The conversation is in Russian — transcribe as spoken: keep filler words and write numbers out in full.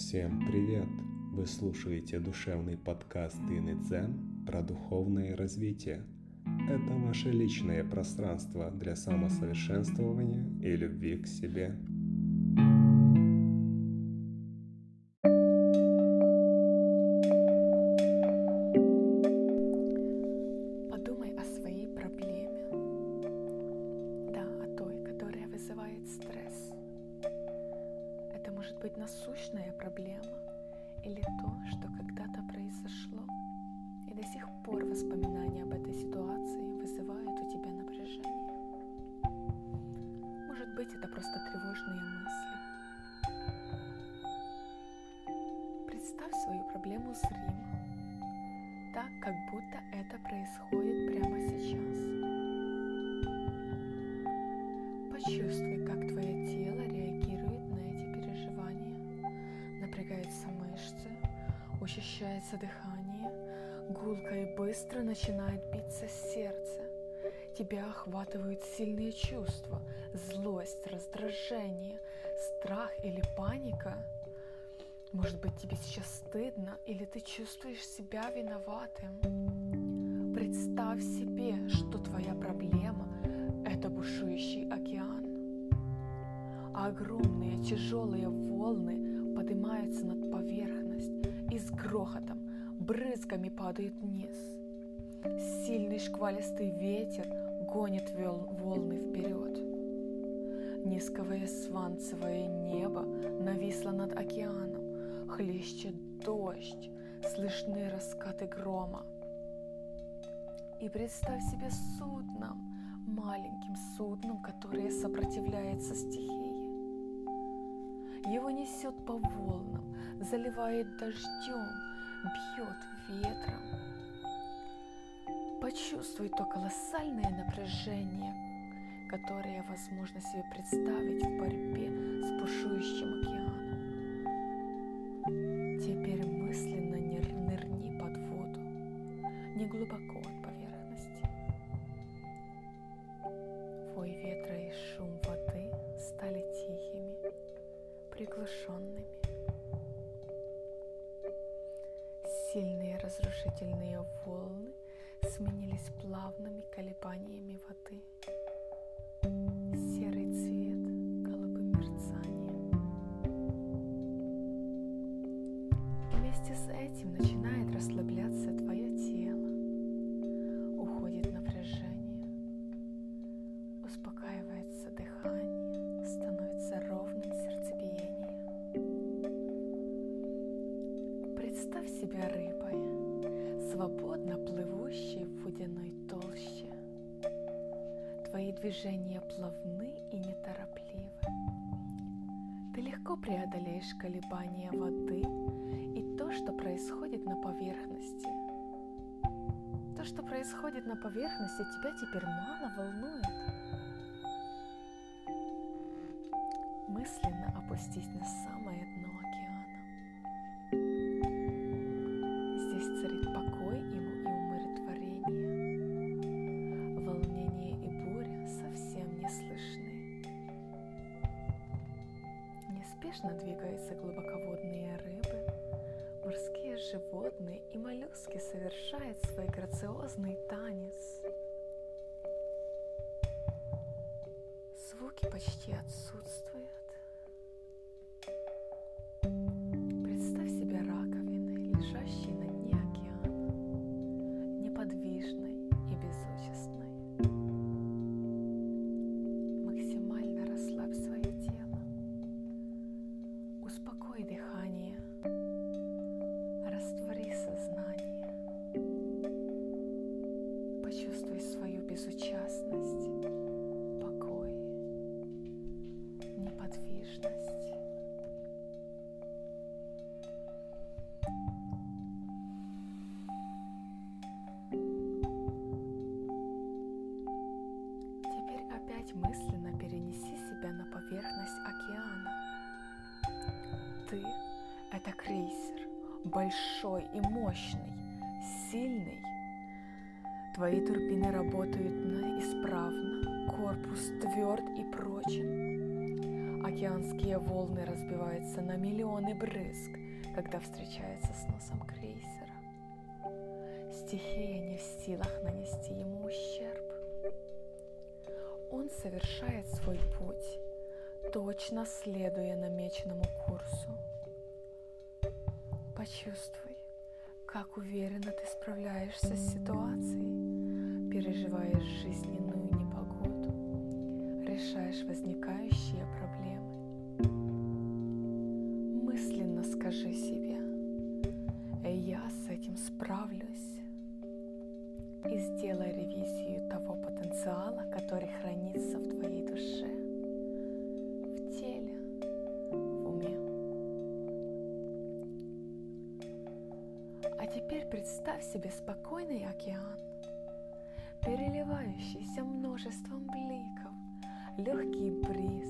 Всем привет! Вы слушаете душевный подкаст Инны Дзен про духовное развитие. Это ваше личное пространство для самосовершенствования и любви к себе. Подумай о своей проблеме. Да, о той, которая вызывает стресс. Это может быть насущная проблема или то, что когда-то произошло, и до сих пор воспоминания об этой ситуации вызывают у тебя напряжение. Может быть, это просто тревожные мысли. Представь свою проблему зримо, так, как будто это происходит прямо сейчас. Почувствуй, как твое тело реагирует на эти переживания. Напрягаются мышцы, учащается дыхание, гулко и быстро начинает биться сердце. Тебя охватывают сильные чувства: злость, раздражение, страх или паника. Может быть, тебе сейчас стыдно, или ты чувствуешь себя виноватым. Представь себе, что твоя проблема – это бушующий океан. Огромные тяжелые волны поднимаются над поверхностью и с грохотом, брызгами падают вниз. Сильный шквалистый ветер гонит волны вперед. Низкое сванцевое небо нависло над океаном. Хлещет дождь, слышны раскаты грома. И представь себе судном, маленьким судном, которое сопротивляется стихии. Его несет по волнам, заливает дождем, бьет ветром. Почувствуй то колоссальное напряжение, которое возможно себе представить в борьбе с бушующим океаном. Теперь мысленно нырни под воду, не глубоко от поверхности. Вой ветра и шум воды стали тихими, приглушенными. Сильные разрушительные волны сменились плавными колебаниями воды. Серый цвет голубым мерцанием. Вместе с этим начинает расслабляться твое тело. Уходит напряжение. Успокаивается дыхание. Становится ровным сердцебиение. Представь себя рыбой, свободно плывущей в водяной толще. Твои движения плавны и неторопливы. Ты легко преодолеешь колебания воды и то, что происходит на поверхности. То, что происходит на поверхности, тебя теперь мало волнует. Мысленно опустись на самое дно океана. Здесь царит покой и умиротворение. Волнение и буря совсем не слышны. Неспешно двигаются глубоководные рыбы, морские животные и моллюски совершают свой грациозный танец. Звуки почти отсутствуют. Представь себя раковиной, лежащей на дне океана, неподвижной и безучастной. Максимально расслабь свое тело. Успокой дыхание. Раствори сознание. Почувствуй свою безучастность, покой, неподвижность. Теперь опять мысленно перенеси себя на поверхность океана. Ты – это крейсер, большой и мощный, сильный. Твои турбины работают исправно, корпус тверд и прочен. Океанские волны разбиваются на миллионы брызг, когда встречается с носом крейсера. Стихия не в силах нанести ему ущерб. Он совершает свой путь, точно следуя намеченному курсу. Почувствуй, как уверенно ты справляешься с ситуацией, переживаешь жизненную непогоду, решаешь возникающие проблемы. Мысленно скажи себе: «Я с этим справлюсь», и сделай ревизию того потенциала, который хранится в твоей душе, в теле, в уме. А теперь представь себе спокойный океан, переливающийся множеством бликов, легкий бриз,